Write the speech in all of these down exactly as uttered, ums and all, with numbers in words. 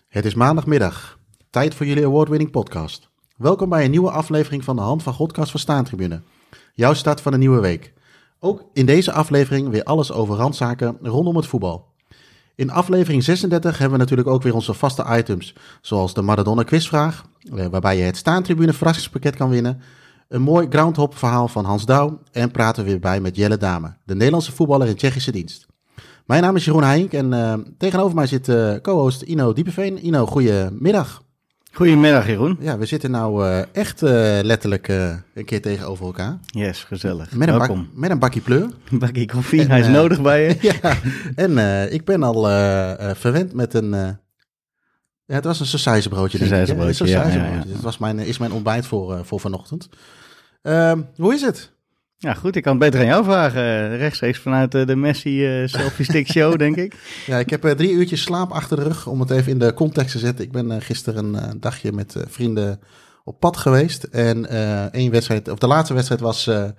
Het is maandagmiddag, tijd voor jullie award-winning podcast. Welkom bij een nieuwe aflevering van de Hand van Godkast van Staantribune. Jouw start van een nieuwe week. Ook in deze aflevering weer alles over randzaken rondom het voetbal. In aflevering zesendertig hebben we natuurlijk ook weer onze vaste items, zoals de Maradona quizvraag, waarbij je het Staantribune verrassingspakket kan winnen, een mooi groundhop verhaal van Hans Douw en praten we weer bij met Jelle Dame, de Nederlandse voetballer in Tsjechische dienst. Mijn naam is Jeroen Heink en uh, tegenover mij zit uh, co-host Ino Diepeveen. Ino, goedemiddag. Goedemiddag Jeroen. Ja, we zitten nou uh, echt uh, letterlijk uh, een keer tegenover elkaar. Yes, gezellig. Met een, Welkom. bak, met een bakje pleur. Een bakje koffie, en, hij is uh, nodig bij je. Ja, en uh, ik ben al uh, uh, verwend met een... Uh, ja, het was een sausijzenbroodje. Sausijzenbroodje, ja, ja, ja. Dus het was mijn, is mijn ontbijt voor, uh, voor vanochtend. Uh, hoe is het? Ja, goed, ik kan het beter aan jou vragen. Rechtstreeks vanuit uh, de Messi uh, Selfie Stick Show, denk ik. Ja, ik heb uh, drie uurtjes slaap achter de rug, om het even in de context te zetten. Ik ben uh, gisteren een uh, dagje met uh, vrienden op pad geweest. En uh, één wedstrijd, of de laatste wedstrijd was uh,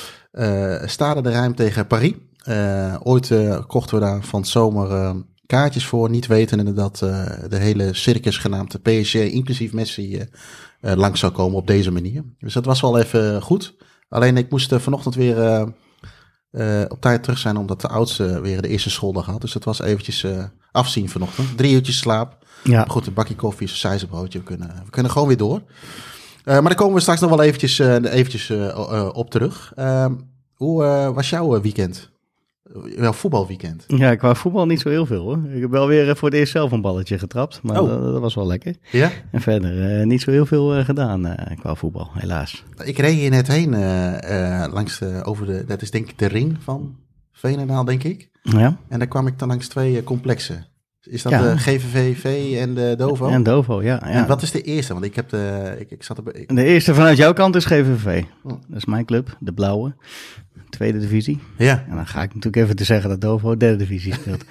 uh, Stade de Rijm tegen Paris. Uh, ooit uh, kochten we daar van het zomer uh, kaartjes voor, niet wetende dat uh, de hele circus genaamd P S G, inclusief Messi, uh, uh, langs zou komen op deze manier. Dus dat was wel even goed. Alleen ik moest uh, vanochtend weer uh, uh, op tijd terug zijn, omdat de oudste weer de eerste schooldag had. Dus dat was eventjes uh, afzien vanochtend. Drie uurtjes slaap. Ja. Goed, een bakje koffie, een sausijzenbroodje. We kunnen, we kunnen gewoon weer door. Uh, maar daar komen we straks nog wel eventjes, uh, eventjes uh, uh, op terug. Uh, hoe uh, was jouw weekend? Jouw voetbalweekend? Ja, ik wou voetbal niet zo heel veel hoor. Ik heb wel weer voor het eerst zelf een balletje getrapt, maar oh. dat, dat was wel lekker. Ja? En verder uh, niet zo heel veel uh, gedaan uh, qua voetbal, helaas. Ik reed hier net heen uh, uh, langs de, over de, dat is denk ik de ring van Veenendaal, denk ik. Ja. En daar kwam ik dan langs twee uh, complexen. Is dat ja. de G V V V en de Dovo? En Dovo, ja. ja. En wat is de eerste? Want ik heb de, ik, ik zat er. Ik... De eerste vanuit jouw kant is G V V. Oh. Dat is mijn club, de blauwe. Tweede divisie. Ja. En dan ga ik natuurlijk even te zeggen dat Dovo derde divisie speelt.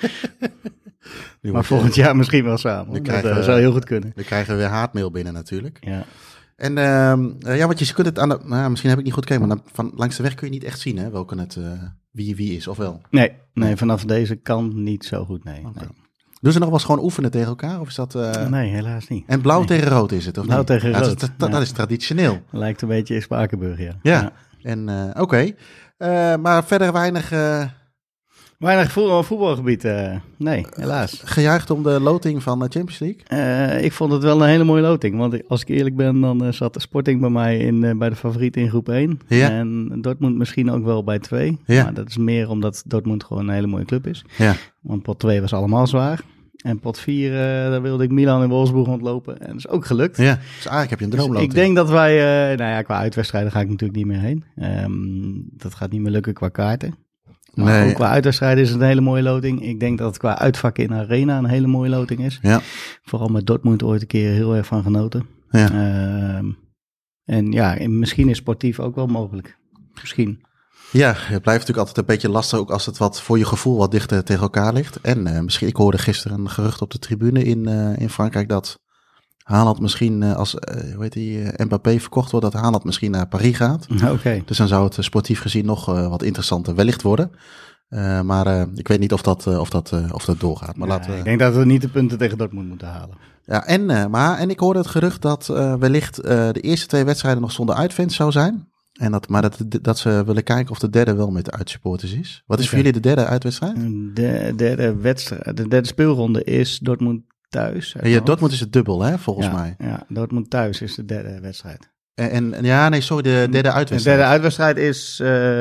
Maar volgend jaar misschien wel samen. Dat krijgen, uh, zou heel goed kunnen. Dan krijgen we weer haatmail binnen natuurlijk. Ja. En uh, ja, want je kunt het aan de... Nou, misschien heb ik niet goed gekeken, maar dan, van langs de weg kun je niet echt zien, hè, welke het uh, wie wie is, of wel? Nee, nee, vanaf deze kant niet zo goed, nee. Okay. nee. Doen ze nog wel eens gewoon oefenen tegen elkaar, of is dat... Uh... Nee, helaas niet. En blauw nee. tegen rood is het, of blauw niet? tegen ja, rood. Dat is, dat, ja. dat is traditioneel. Lijkt een beetje in Spakenburg, ja. Ja, ja. En uh, oké. Okay. Uh, maar verder weinig... Uh... Weinig voetbal, voetbalgebied, uh, nee, helaas. Gejuicht om de loting van de Champions League? Uh, ik vond het wel een hele mooie loting. Want als ik eerlijk ben, dan uh, zat de Sporting bij mij in, uh, bij de favoriet in groep één. Ja. En Dortmund misschien ook wel bij twee. Ja. Maar dat is meer omdat Dortmund gewoon een hele mooie club is. Ja. Want pot twee was allemaal zwaar. En pot vier, uh, daar wilde ik Milan en Wolfsburg ontlopen. En dat is ook gelukt. Ja, dus eigenlijk heb je een droomloting. Dus ik denk dat wij, uh, nou ja, qua uitwedstrijden ga ik natuurlijk niet meer heen. Um, dat gaat niet meer lukken qua kaarten. Maar nee. Qua uitwedstrijden is het een hele mooie loting. Ik denk dat het qua uitvakken in de arena een hele mooie loting is. Ja. Vooral met Dortmund ooit een keer heel erg van genoten. Ja. Uh, en ja, misschien is sportief ook wel mogelijk. Misschien. Ja, het blijft natuurlijk altijd een beetje lastig, ook als het wat voor je gevoel wat dichter tegen elkaar ligt. En uh, misschien, ik hoorde gisteren een gerucht op de tribune in, uh, in Frankrijk dat Haaland misschien uh, als, uh, hoe heet die, uh, Mbappé verkocht wordt, dat Haaland misschien naar Paris gaat. Oké. Okay. Dus dan zou het uh, sportief gezien nog uh, wat interessanter wellicht worden. Uh, maar uh, ik weet niet of dat, uh, of dat, uh, of dat doorgaat. Maar ja, laten we... Ik denk dat we niet de punten tegen Dortmund moeten halen. Ja, en, uh, maar, en ik hoorde het gerucht dat uh, wellicht uh, de eerste twee wedstrijden nog zonder uitfans zou zijn. En dat, maar dat, dat ze willen kijken of de derde wel met uitsupporters is. Wat is okay. voor jullie de derde uitwedstrijd? De derde wedstrijd, de derde speelronde is Dortmund thuis. Ja, Dortmund is het dubbel, hè, volgens ja, mij. Ja, Dortmund thuis is de derde wedstrijd. En, en ja, nee, sorry, de derde uitwedstrijd. De derde uitwedstrijd is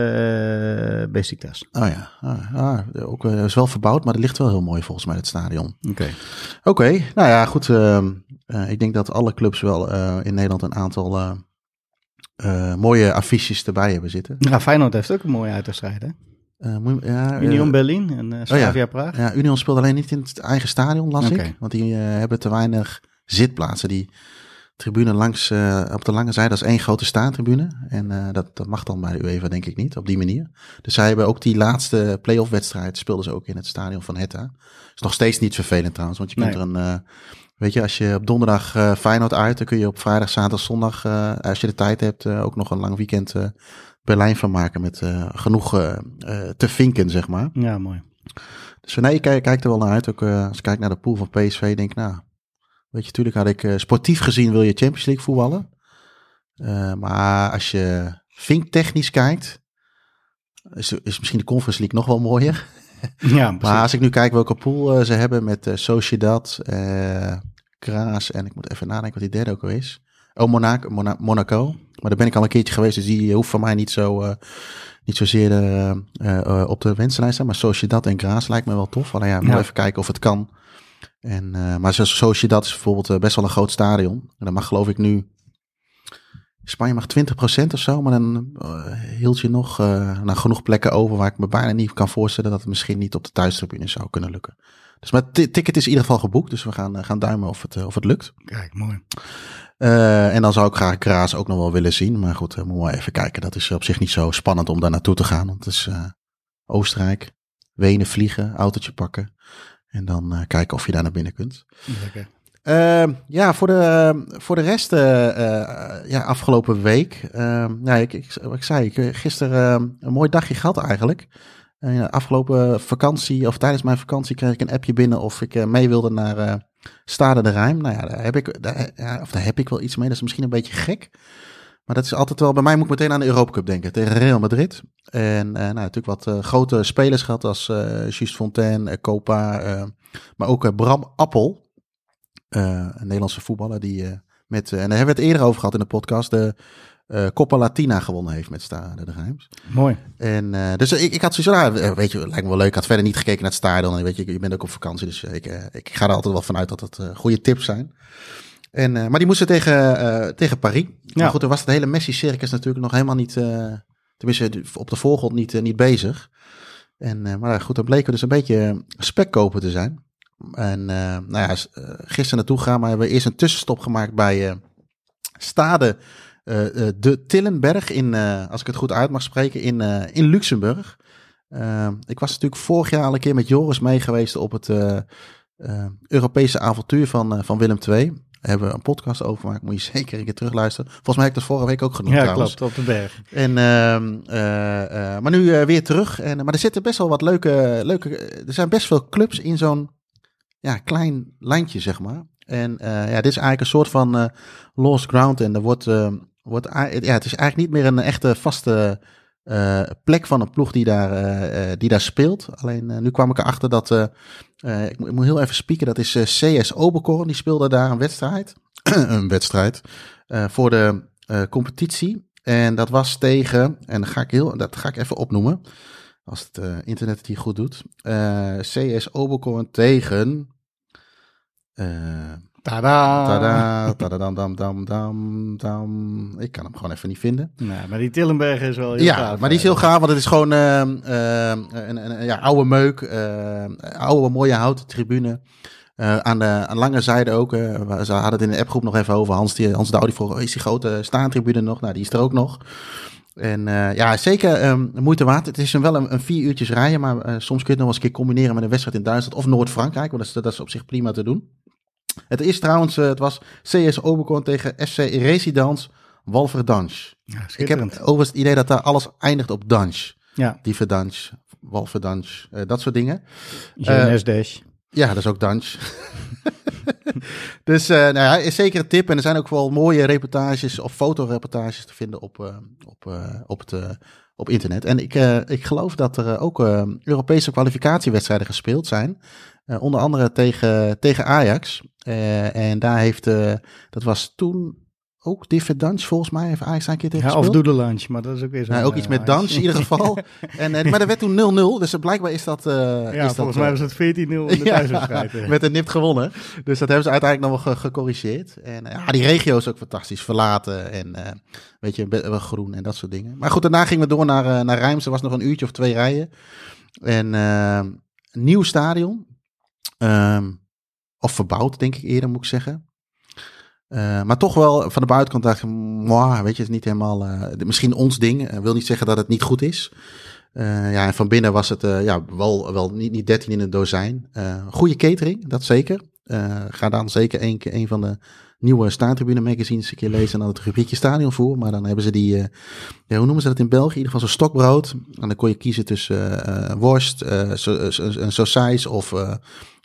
uh, Beşiktaş. Oh ja, ah, ah, ook uh, is wel verbouwd, maar het ligt wel heel mooi volgens mij, het stadion. Oké. Okay. Oké, okay, nou ja, goed. Uh, uh, ik denk dat alle clubs wel uh, in Nederland een aantal uh, uh, mooie affiches erbij hebben zitten. Ja, Feyenoord heeft ook een mooie uitwedstrijd, hè? Uh, moet, ja, Union uh, Berlin en uh, Slavia oh ja. Praag. Ja, Union speelt alleen niet in het eigen stadion, las okay. ik. Want die uh, hebben te weinig zitplaatsen. Die tribune langs, uh, op de lange zijde, dat is één grote staantribune. En uh, dat, dat mag dan bij de UEFA denk ik niet, op die manier. Dus zij hebben ook die laatste play-off wedstrijd, speelden ze ook in het stadion van Hertha. Is nog steeds niet vervelend trouwens, want je kunt nee. er een... Uh, weet je, als je op donderdag uh, Feyenoord uit, dan kun je op vrijdag, zaterdag, zondag, uh, als je de tijd hebt, uh, ook nog een lang weekend uh, Berlijn van maken met uh, genoeg uh, uh, te vinken, zeg maar. Ja, mooi. Dus nee, ik kijk, kijk er wel naar uit. Ook uh, als ik kijk naar de pool van P S V, denk ik, nou, Weet je, natuurlijk had ik uh, sportief gezien wil je Champions League voetballen. Uh, maar als je vinktechnisch kijkt, is, is misschien de Conference League nog wel mooier. Ja, maar als ik nu kijk welke pool uh, ze hebben met uh, Sociedad, uh, Graas en ik moet even nadenken wat die derde ook al is. Oh, Monaco, Mona- Monaco. Maar daar ben ik al een keertje geweest, dus die hoeft van mij niet zo... Uh, Niet zozeer uh, uh, op de wensenlijst staan, maar Sociedad en Graas lijkt me wel tof. Alleen ja, moet ja. even kijken of het kan. En, uh, maar zoals Sociedad is bijvoorbeeld uh, best wel een groot stadion. En dan mag geloof ik nu... Spanje mag twintig procent of zo, maar dan uh, hield je nog uh, nou, genoeg plekken over waar ik me bijna niet kan voorstellen dat het misschien niet op de thuistribune zou kunnen lukken. Dus maar het ticket is in ieder geval geboekt, dus we gaan, uh, gaan duimen of het, uh, of het lukt. Kijk, mooi. Uh, en dan zou ik graag Graas ook nog wel willen zien. Maar goed, uh, moeten we even kijken. Dat is op zich niet zo spannend om daar naartoe te gaan. Want het is uh, Oostenrijk, Wenen vliegen, autootje pakken. En dan uh, kijken of je daar naar binnen kunt. Lekker. Uh, ja, voor de, uh, voor de rest, uh, uh, ja, afgelopen week. Uh, ja, ik, ik, wat ik zei, ik gisteren uh, een mooi dagje gehad eigenlijk. Uh, afgelopen vakantie, of tijdens mijn vakantie, kreeg ik een appje binnen of ik uh, mee wilde naar uh, Stade de Rijm. Nou ja, daar heb ik, daar, ja, of daar heb ik wel iets mee. Dat is misschien een beetje gek. Maar dat is altijd wel, bij mij moet ik meteen aan de Europa Cup denken, tegen Real Madrid. En uh, nou, natuurlijk wat uh, grote spelers gehad als uh, Just Fontaine, uh, Copa, uh, maar ook uh, Bram Appel. Uh, een Nederlandse voetballer die uh, met, uh, en daar hebben we het eerder over gehad in de podcast, de uh, Copa Latina gewonnen heeft met Stade de Rijm. Mooi. En uh, dus ik, ik had zoiets van, nou, weet je, lijkt me wel leuk. Ik had verder niet gekeken naar het stadion. En weet je, je bent ook op vakantie, dus ik, uh, ik ga er altijd wel vanuit dat het uh, goede tips zijn. En, uh, maar die moesten tegen, uh, tegen Paris. Ja. Maar goed, er was het hele Messi-circus natuurlijk nog helemaal niet, uh, tenminste op de voorgrond niet, uh, niet bezig. En, uh, maar goed, dan bleken we dus een beetje spekkoper te zijn. En uh, nou ja, gisteren naartoe gaan, maar hebben we eerst een tussenstop gemaakt bij uh, Stade uh, uh, de Tillenberg in, uh, als ik het goed uit mag spreken, in, uh, in Luxemburg. Uh, ik was natuurlijk vorig jaar al een keer met Joris mee geweest op het uh, uh, Europese avontuur van, uh, van Willem twee. Daar hebben we een podcast over gemaakt, moet je zeker een keer terugluisteren. Volgens mij heb ik dat vorige week ook genoemd. Ja, trouwens. klopt, op de berg. En, uh, uh, uh, maar nu uh, weer terug. En, maar er zitten best wel wat leuke, leuke... Er zijn best veel clubs in zo'n ja, klein lijntje, zeg maar. En uh, ja, dit is eigenlijk een soort van uh, lost ground. En er wordt, uh, wordt ja, het is eigenlijk niet meer een echte vaste uh, plek van een ploeg die daar, uh, uh, die daar speelt. Alleen uh, nu kwam ik erachter dat, uh, uh, ik, ik moet heel even spieken, dat is uh, C S Oberkorn. Die speelde daar een wedstrijd, een wedstrijd uh, voor de uh, competitie. En dat was tegen, en dat ga ik, heel, dat ga ik even opnoemen. Als het uh, internet het hier goed doet. Uh, C S Oberkorn tegen... Uh, Tada! Tada! Tada! Dam, dam, dam, dam. Ik kan hem gewoon even niet vinden. Nee, maar die Tillenberg is wel heel ja, gaaf. Ja, maar die is heel gaaf, want het is gewoon uh, uh, een, een, een ja, oude meuk. Uh, oude mooie houten tribune. Uh, aan de aan lange zijde ook. Uh, ze hadden het in de appgroep nog even over. Hans, die, Hans Douw die vroeg, oh, is die grote staantribune nog? Nou, die is er ook nog. En uh, ja, zeker um, moeite waard. Het is een, wel een, een vier uurtjes rijden, maar uh, soms kun je het nog eens een keer combineren met een wedstrijd in Duitsland of Noord-Frankrijk, want dat is, dat is op zich prima te doen. Het is trouwens, uh, het was C S Oberkorn tegen F C Residence Walverdange. Ja, ik heb overigens het idee dat daar alles eindigt op Dange. Ja. Dieverdange, Walverdange, uh, dat soort dingen. Jeunesse uh, Dash. Ja, dat is ook Dange. Dus uh, nou ja, is zeker een tip. En er zijn ook wel mooie reportages of fotoreportages te vinden op, uh, op, uh, op, het, uh, op internet. En ik, uh, ik geloof dat er uh, ook uh, Europese kwalificatiewedstrijden gespeeld zijn. Uh, onder andere tegen, tegen Ajax. Uh, en daar heeft, uh, dat was toen ook Differdange volgens mij. Heeft Ajax een keer tegen ja, gespeeld. Of Doedelange, maar dat is ook weer zo. Nou, ook iets met dans in ieder geval. en, uh, maar dat werd toen nul nul. Dus blijkbaar is dat... Uh, ja, is volgens dat, mij was het veertien nul in de ja, thuiswedstrijd. met een nipt gewonnen. Dus dat hebben ze uiteindelijk nog wel ge- gecorrigeerd. En uh, ja, die regio is ook fantastisch. Verlaten en uh, weet je, be- groen en dat soort dingen. Maar goed, daarna gingen we door naar, uh, naar Rijms. Er was nog een uurtje of twee rijden. En uh, een nieuw stadion. Um, of verbouwd, denk ik eerder, moet ik zeggen. Uh, maar toch wel van de buitenkant dacht ik, mwah, weet je, het is niet helemaal, uh, misschien ons ding. Uh, wil niet zeggen dat het niet goed is. Uh, ja, en van binnen was het uh, ja, wel, wel niet, niet dertien in een dozijn. Uh, goede catering, dat zeker. Uh, ga dan zeker een, een van de nieuwe staantribune magazines een keer lezen en dan het rubriekje stadionvoer. Maar dan hebben ze die, uh, ja, hoe noemen ze dat in België? In ieder geval zo'n stokbrood. En dan kon je kiezen tussen uh, uh, worst, uh, so, uh, een sausijs of uh,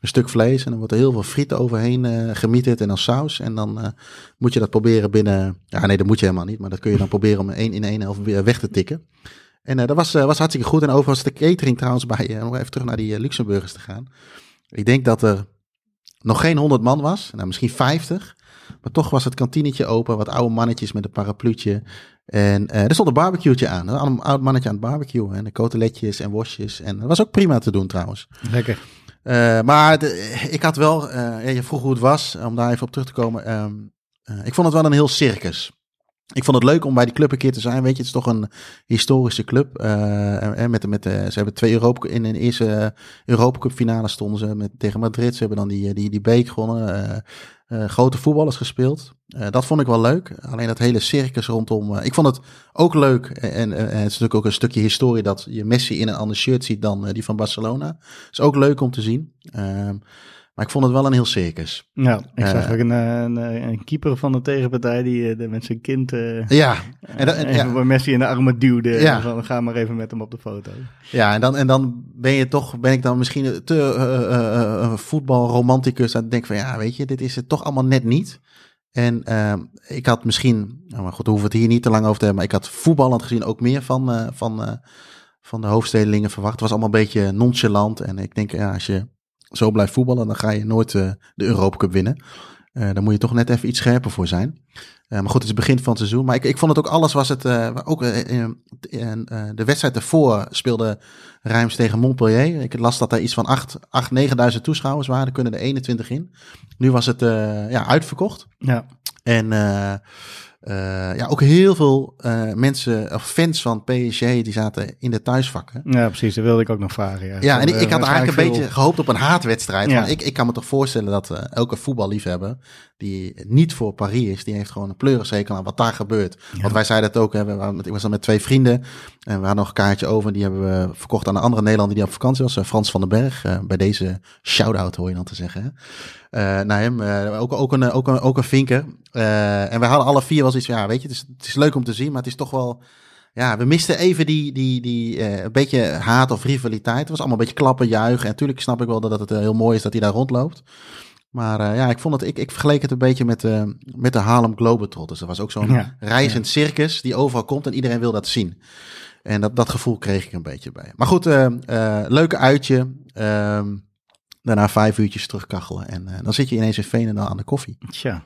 een stuk vlees en dan wordt er heel veel friet overheen uh, gemieterd en dan saus. En dan uh, moet je dat proberen binnen... Ja, nee, dat moet je helemaal niet. Maar dat kun je dan proberen om één in één helft weer weg te tikken. En uh, dat was, uh, was hartstikke goed. En overigens de catering trouwens bij... Uh, nog even terug naar die uh, Luxemburgers te gaan. Ik denk dat er nog geen honderd man was. Nou, misschien vijftig. Maar toch was het kantinetje open. Wat oude mannetjes met een parapluutje. En uh, er stond een barbecue'tje aan. Een oud mannetje aan het barbecue. En de coteletjes en worstjes. En dat was ook prima te doen trouwens. Lekker. Uh, maar de, ik had wel... Uh, ja, je vroeg hoe het was. Om daar even op terug te komen. Um, uh, ik vond het wel een heel circus. Ik vond het leuk om bij die club een keer te zijn. Weet je, het is toch een historische club. Uh, en met, met, de, ze hebben twee Europa... In een eerste Europa Cup finale stonden ze met, tegen Madrid. Ze hebben dan die, die, die beek gewonnen. Uh, uh, grote voetballers gespeeld. Uh, dat vond ik wel leuk. Alleen dat hele circus rondom... Uh, ik vond het ook leuk. En, en, en het is natuurlijk ook een stukje historie dat je Messi in een ander shirt ziet dan uh, die van Barcelona. Is ook leuk om te zien. Uh, Maar ik vond het wel een heel circus. Ja, ik zag uh, ook een, een, een keeper van de tegenpartij die de, met zijn kind uh, ja, en dan, en, even ja. Messi in de armen duwde. Ja. En van, ga maar even met hem op de foto. Ja, en dan, en dan ben je toch, ben ik dan misschien te uh, uh, uh, voetbalromanticus. En denk van ja, weet je, dit is het toch allemaal net niet. En uh, ik had misschien, nou maar goed, we hoeven het hier niet te lang over te hebben. Maar ik had voetballend gezien ook meer van, uh, van, uh, van de hoofdstedelingen verwacht. Het was allemaal een beetje nonchalant. En ik denk, ja, als je zo blijft voetballen, dan ga je nooit uh, de Europa Cup winnen. Uh, daar moet je toch net even iets scherper voor zijn. Uh, maar goed, het is het begin van het seizoen. Maar ik, ik vond het ook alles was het... Uh, ook uh, uh, uh, de wedstrijd ervoor speelde Reims tegen Montpellier. Ik las dat er iets van acht, negenduizend toeschouwers waren. Er kunnen er eenentwintig in. Nu was het uh, ja, uitverkocht. Ja. En... Uh, Uh, ja, ook heel veel uh, mensen, of fans van P S G, die zaten in de thuisvakken. Ja, precies. Dat wilde ik ook nog vragen. Ja, ja en ik, ik had eigenlijk een veel... beetje gehoopt op een haatwedstrijd. Ja. Want ik, ik kan me toch voorstellen dat uh, elke voetballiefhebber die niet voor Paris is, die heeft gewoon een pleurishekel aan wat daar gebeurt. Ja. Want wij zeiden het ook, hè, we waren met, ik was dan met twee vrienden en we hadden nog een kaartje over. Die hebben we verkocht aan een andere Nederlander die op vakantie was, uh, Frans van den Berg. Uh, bij deze shout-out hoor je dan te zeggen. Hè. Uh, naar hem, uh, ook, ook, een, ook, een, ook een vinker. Uh, en we hadden alle vier wel zoiets van, ja, weet je, het is, het is leuk om te zien, maar het is toch wel, ja, we misten even die, die, die uh, een beetje haat of rivaliteit. Het was allemaal een beetje klappen, juichen. En natuurlijk snap ik wel dat het uh, heel mooi is dat hij daar rondloopt. Maar uh, ja, ik vond het, ik, ik vergeleek het een beetje met, uh, met de Harlem Globetrotters. Er was ook zo'n ja, reizend ja. circus die overal komt en iedereen wil dat zien. En dat, dat gevoel kreeg ik een beetje bij. Maar goed, uh, uh, leuke uitje. Uh, daarna vijf uurtjes terugkachelen. En uh, dan zit je ineens in Veenendaal aan de koffie. Tja.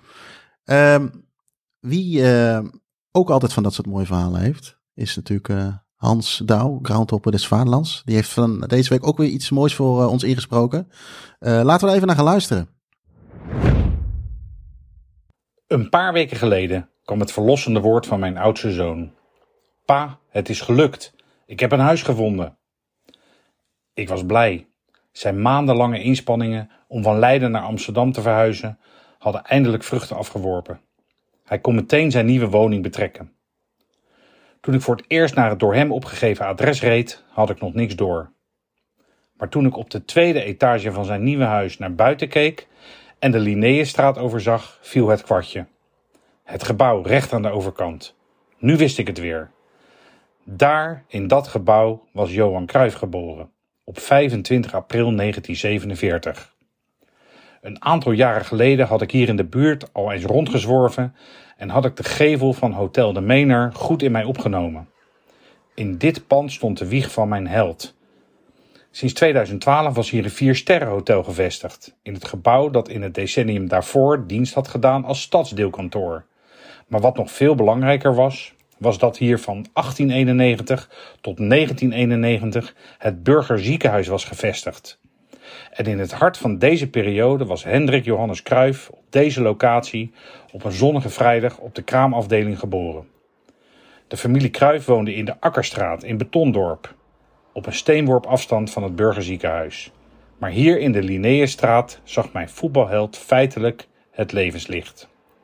Um, wie uh, ook altijd van dat soort mooie verhalen heeft, is natuurlijk uh, Hans Douw, groundhopper des Vaderlands. Die heeft van deze week ook weer iets moois voor uh, ons ingesproken. Uh, laten we er even naar gaan luisteren. Een paar weken geleden kwam het verlossende woord van mijn oudste zoon. Pa, het is gelukt. Ik heb een huis gevonden. Ik was blij. Zijn maandenlange inspanningen om van Leiden naar Amsterdam te verhuizen hadden eindelijk vruchten afgeworpen. Hij kon meteen zijn nieuwe woning betrekken. Toen ik voor het eerst naar het door hem opgegeven adres reed, had ik nog niks door. Maar toen ik op de tweede etage van zijn nieuwe huis naar buiten keek en de Linnaeusstraat overzag, viel het kwartje. Het gebouw recht aan de overkant. Nu wist ik het weer. Daar, in dat gebouw, was Johan Cruijff geboren. Op vijfentwintig april negentien zevenenveertig. Een aantal jaren geleden had ik hier in de buurt al eens rondgezworven en had ik de gevel van Hotel de Mener goed in mij opgenomen. In dit pand stond de wieg van mijn held. Sinds tweeduizend twaalf was hier een vier-sterrenhotel gevestigd, in het gebouw dat in het decennium daarvoor dienst had gedaan als stadsdeelkantoor. Maar wat nog veel belangrijker was, was dat hier van achttien eenennegentig tot negentien eenennegentig het Burgerziekenhuis was gevestigd. En in het hart van deze periode was Hendrik Johannes Cruijff op deze locatie op een zonnige vrijdag op de kraamafdeling geboren. De familie Cruijff woonde in de Akkerstraat in Betondorp, op een steenworp afstand van het Burgerziekenhuis. Maar hier in de Linnaeusstraat zag mijn voetbalheld feitelijk het levenslicht.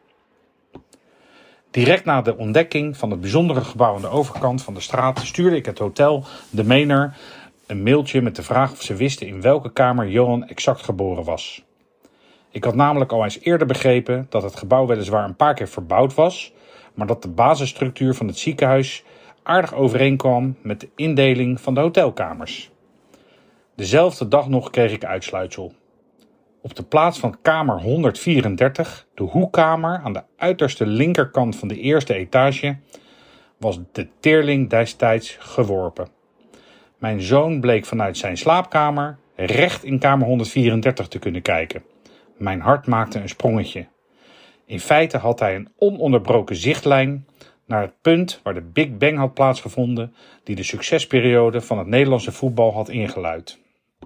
Direct na de ontdekking van het bijzondere gebouw aan de overkant van de straat stuurde ik het hotel De Mener een mailtje met de vraag of ze wisten in welke kamer Johan exact geboren was. Ik had namelijk al eens eerder begrepen dat het gebouw weliswaar een paar keer verbouwd was, maar dat de basisstructuur van het ziekenhuis aardig overeenkwam met de indeling van de hotelkamers. Dezelfde dag nog kreeg ik uitsluitsel. Op de plaats van kamer honderdvierendertig, de hoekkamer aan de uiterste linkerkant van de eerste etage, was de teerling destijds geworpen. Mijn zoon bleek vanuit zijn slaapkamer recht in kamer honderdvierendertig te kunnen kijken. Mijn hart maakte een sprongetje. In feite had hij een ononderbroken zichtlijn naar het punt waar de Big Bang had plaatsgevonden die de succesperiode van het Nederlandse voetbal had ingeluid.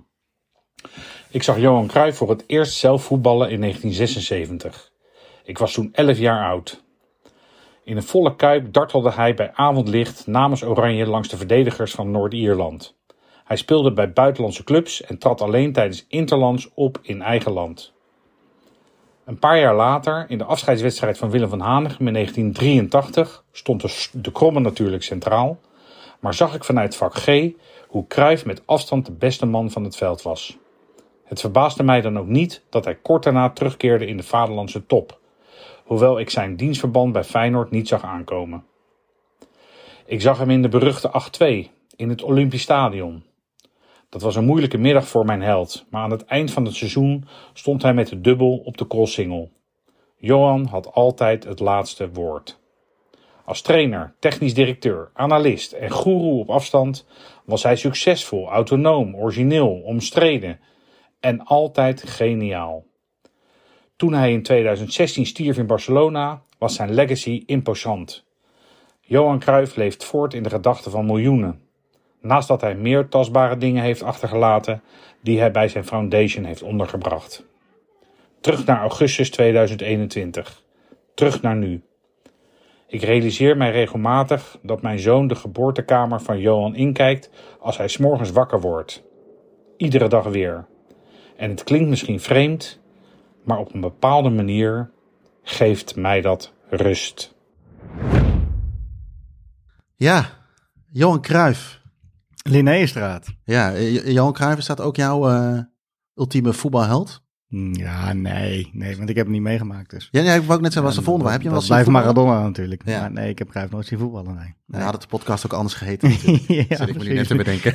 Ik zag Johan Cruijff voor het eerst zelf voetballen in negentien zesenzeventig. Ik was toen elf jaar oud. In een volle kuip dartelde hij bij avondlicht namens Oranje langs de verdedigers van Noord-Ierland. Hij speelde bij buitenlandse clubs en trad alleen tijdens interlands op in eigen land. Een paar jaar later, in de afscheidswedstrijd van Willem van Hanegem in negentien drieëntachtig, stond de, de Kromme natuurlijk centraal, maar zag ik vanuit vak G hoe Cruijff met afstand de beste man van het veld was. Het verbaasde mij dan ook niet dat hij kort daarna terugkeerde in de vaderlandse top, hoewel ik zijn dienstverband bij Feyenoord niet zag aankomen. Ik zag hem in de beruchte acht twee in het Olympisch Stadion. Dat was een moeilijke middag voor mijn held, maar aan het eind van het seizoen stond hij met de dubbel op de Koolsingel. Johan had altijd het laatste woord. Als trainer, technisch directeur, analist en goeroe op afstand was hij succesvol, autonoom, origineel, omstreden en altijd geniaal. Toen hij in tweeduizend zestien stierf in Barcelona, was zijn legacy imposant. Johan Cruijff leeft voort in de gedachten van miljoenen. Naast dat hij meer tastbare dingen heeft achtergelaten die hij bij zijn foundation heeft ondergebracht. Terug naar augustus tweeduizend eenentwintig. Terug naar nu. Ik realiseer mij regelmatig dat mijn zoon de geboortekamer van Johan inkijkt als hij 's morgens wakker wordt. Iedere dag weer. En het klinkt misschien vreemd, maar op een bepaalde manier geeft mij dat rust. Ja, Johan Cruijff. Linnéestraat. Ja, Johan Cruijff, is dat ook jouw uh, ultieme voetbalheld? Ja, nee, nee, want ik heb hem niet meegemaakt dus. Ja, nee, ik wou ook net zeggen, was de volgende. Heb je hem wel zien blijft Maradona natuurlijk. Ja. Maar nee, ik heb Cruijff nooit zien voetballen. Nee. Dan had het de podcast ook anders geheten. ja, zit ik me nu net te bedenken.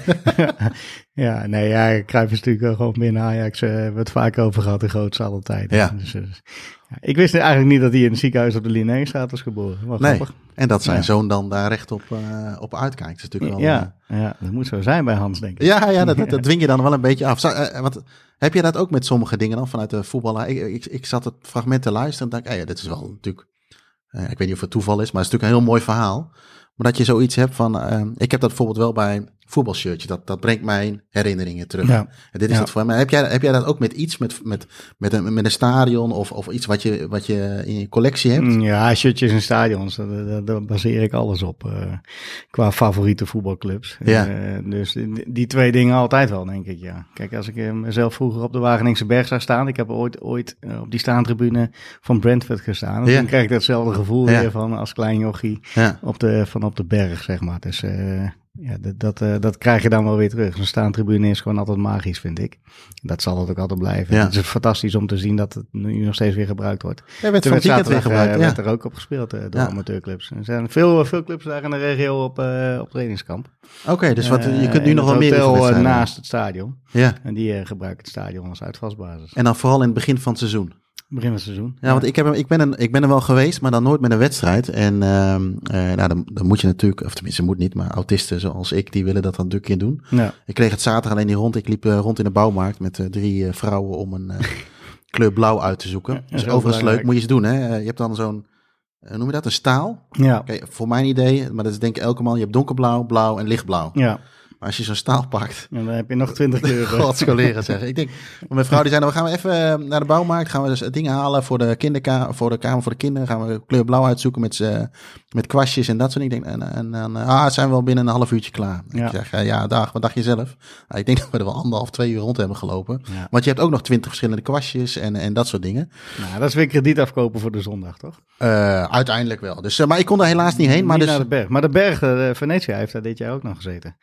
ja, nee, ja, Cruijff is natuurlijk gewoon binnen Ajax. Uh, we hebben het vaak over gehad in grootste alle tijden. Ja. Dus, uh, ja, ik wist eigenlijk niet dat hij in het ziekenhuis op de Linnéestraat was geboren. Wat nee, grappig. En dat zijn ja. zoon dan daar recht op, uh, op uitkijkt. Dat is natuurlijk wel, ja, uh... ja, dat moet zo zijn bij Hans, denk ik. Ja, ja dat, dat dwing je dan wel een beetje af. Zou, uh, want, heb je dat ook met sommige dingen dan vanuit de voetballen? Ik, ik, ik zat het fragment te luisteren en dacht, hey, ja, dit is wel natuurlijk, uh, ik weet niet of het toeval is, maar het is natuurlijk een heel mooi verhaal. Maar dat je zoiets hebt van, uh, ik heb dat bijvoorbeeld wel bij voetbalshirtje, dat, dat brengt mijn herinneringen terug. Ja. En dit is ja. het voor mij. Heb jij, heb jij dat ook met iets, met, met, met, een, met een stadion of, of iets wat je, wat je in je collectie hebt? Ja, shirtjes en stadions, daar, daar, daar baseer ik alles op, uh, qua favoriete voetbalclubs. Ja. Uh, dus die, die twee dingen altijd wel, denk ik, ja. Kijk, als ik uh, mezelf vroeger op de Wageningse Berg zou staan, ik heb ooit, ooit uh, op die staantribune van Brentford gestaan. Ja. Dan krijg ik datzelfde gevoel ja. weer van als klein jochie ja. op de, van op de berg, zeg maar. Dus uh, ja, dat, dat, uh, dat krijg je dan wel weer terug. Zo'n staantribune is gewoon altijd magisch, vind ik. Dat zal het ook altijd blijven. Ja. Het is fantastisch om te zien dat het nu nog steeds weer gebruikt wordt. Ja, werd van weekend weer gebruikt. Uh, ja. werd er ook op gespeeld uh, door ja. amateurclubs. Er zijn veel, veel clubs daar in de regio op, uh, op trainingskamp. Oké, okay, dus wat, uh, je kunt nu nog wel meer hotel uh, naast het stadion. Ja. En die uh, gebruiken het stadion als uitvalsbasis. En dan vooral in het begin van het seizoen. Begin van het seizoen. Ja, ja. want ik, heb, ik, ben een, ik ben er wel geweest, maar dan nooit met een wedstrijd. En uh, uh, nou, dan, dan moet je natuurlijk, of tenminste moet niet, maar autisten zoals ik, die willen dat dan natuurlijk een keer doen. Ja. Ik kreeg het zaterdag alleen niet rond. Ik liep uh, rond in de bouwmarkt met uh, drie uh, vrouwen om een uh, kleur blauw uit te zoeken. Ja, dat is overigens leuk, moet je eens doen. Hè? Uh, je hebt dan zo'n, uh, noem je dat, een staal? Ja. Okay, voor mijn idee, maar dat is denk ik elke man. Je hebt donkerblauw, blauw en lichtblauw. Ja. Maar als je zo'n staal pakt... En dan heb je nog twintig kleuren. Godscoleren zeggen. Ik denk, mijn vrouw die zei, nou, we gaan even naar de bouwmarkt. Gaan we dus dingen halen voor de kinderkamer, voor de kamer voor de kinderen. Gaan we kleur blauw uitzoeken met, uh, met kwastjes en dat soort dingen. En, en, en ah, zijn we wel binnen een half uurtje klaar. Ja. Ik zeg, uh, ja, dag, wat dacht je zelf? Uh, ik denk dat we er wel anderhalf, twee uur rond hebben gelopen. Ja. Want je hebt ook nog twintig verschillende kwastjes en, en dat soort dingen. Nou, dat is weer krediet afkopen voor de zondag, toch? Uh, uiteindelijk wel. Dus, uh, maar ik kon daar helaas niet heen. Maar niet dus... naar de berg. Maar de berg, uh, Venetia heeft daar dit jaar ook nog gezeten. Ja?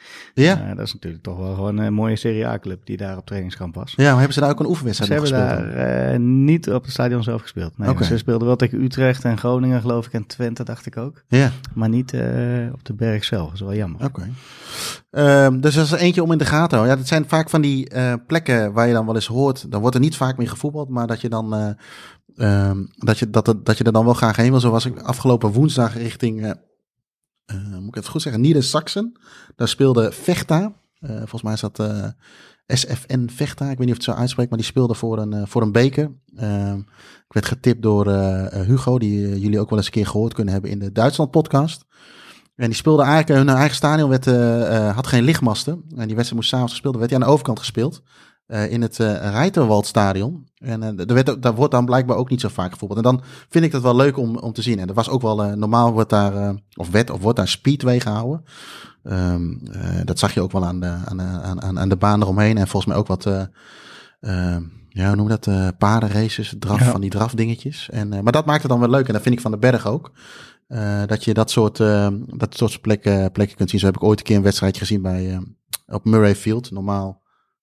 Ja. Uh, dat is natuurlijk toch wel gewoon een mooie Serie A-club die daar op trainingskamp was. Ja, maar hebben ze daar ook een oefenwedstrijd gespeeld? Ze hebben gespeeld daar uh, niet op het stadion zelf gespeeld. Nee, okay. Ze speelden wel tegen Utrecht en Groningen, geloof ik, en Twente, dacht ik ook. Ja. Maar niet uh, op de berg zelf. Dat is wel jammer. Oké. Okay. Um, dus dat is er eentje om in de gaten te houden. Ja, dat zijn vaak van die uh, plekken waar je dan wel eens hoort. Dan wordt er niet vaak meer gevoetbald, maar dat je dan... Uh, um, dat, je, dat, dat je er dan wel graag heen wil. Zo was ik afgelopen woensdag richting... Uh, Uh, moet ik het goed zeggen, Niedersachsen. Daar speelde Vechta. Uh, volgens mij is dat uh, S F N Vechta. Ik weet niet of het zo uitspreekt, maar die speelde voor een, uh, voor een beker. Uh, ik werd getipt door uh, Hugo, die uh, jullie ook wel eens een keer gehoord kunnen hebben in de Duitsland podcast. En die speelde eigenlijk, hun eigen stadion werd, uh, uh, had geen lichtmasten. En die wedstrijd moest s'avonds gespeeld, werd die aan de overkant gespeeld. Uh, in het uh, Reiterwaldstadion. En uh, er werd, daar wordt dan blijkbaar ook niet zo vaak gevoetbald. En dan vind ik dat wel leuk om, om te zien. En er was ook wel, uh, normaal wordt daar, uh, of werd of wordt daar speedway gehouden. Um, uh, dat zag je ook wel aan de, aan, de, aan, aan de baan eromheen. En volgens mij ook wat, uh, uh, ja, hoe noem je dat, uh, paardenraces, draf, ja. van die drafdingetjes. En, uh, maar dat maakt het dan wel leuk. En dat vind ik van de berg ook. Uh, dat je dat soort, uh, dat soort plekken, plekken kunt zien. Zo heb ik ooit een keer een wedstrijd gezien bij, uh, op Murray Field. Normaal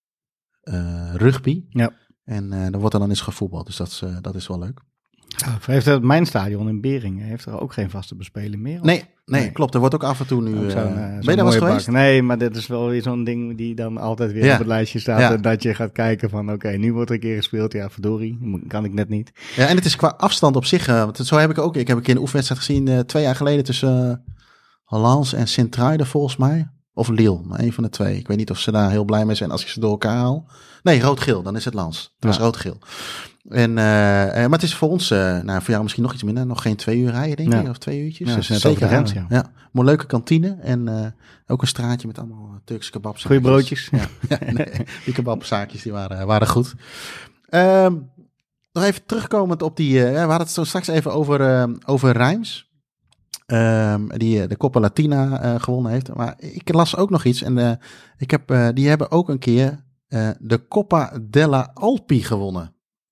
Uh, rugby. Ja. En uh, dan wordt er dan eens gevoetbald. Dus dat is, uh, dat is wel leuk. Ja, heeft het, mijn stadion in Beringen heeft er ook geen vaste bespeling meer? Of? Nee, nee, nee, klopt. Er wordt ook af en toe nu... Uh, zo'n, uh, ben je daar wel eens geweest? Bak. Nee, maar dit is wel weer zo'n ding die dan altijd weer ja. op het lijstje staat. Ja. Dat je gaat kijken van, oké, okay, nu wordt er een keer gespeeld. Ja, verdorie, kan ik net niet. Ja, en het is qua afstand op zich... Uh, want zo heb ik ook... Ik heb een keer een oefenwedstrijd gezien uh, twee jaar geleden tussen uh, Lens en Sint-Truiden volgens mij. Of Lille, maar een van de twee. Ik weet niet of ze daar heel blij mee zijn als ik ze door elkaar haal. Nee, rood-geel, dan is het Lens. Dat ja. is rood-geel. En, uh, maar het is voor ons, uh, nou voor jou misschien nog iets minder, nog geen twee uur rijden denk ik, ja. of twee uurtjes. Ja, dus net zeker grens, ja. ja. Mooi leuke kantine en uh, ook een straatje met allemaal Turkse kebabzaakjes. Goeie broodjes. Ja, ja nee, die kebabzaakjes die waren, waren goed. Um, nog even terugkomend op die, uh, we hadden het zo straks even over, uh, over Reims. Um, die de Coppa Latina uh, gewonnen heeft. Maar ik las ook nog iets. En uh, ik heb, uh, die hebben ook een keer uh, de Coppa della Alpi gewonnen.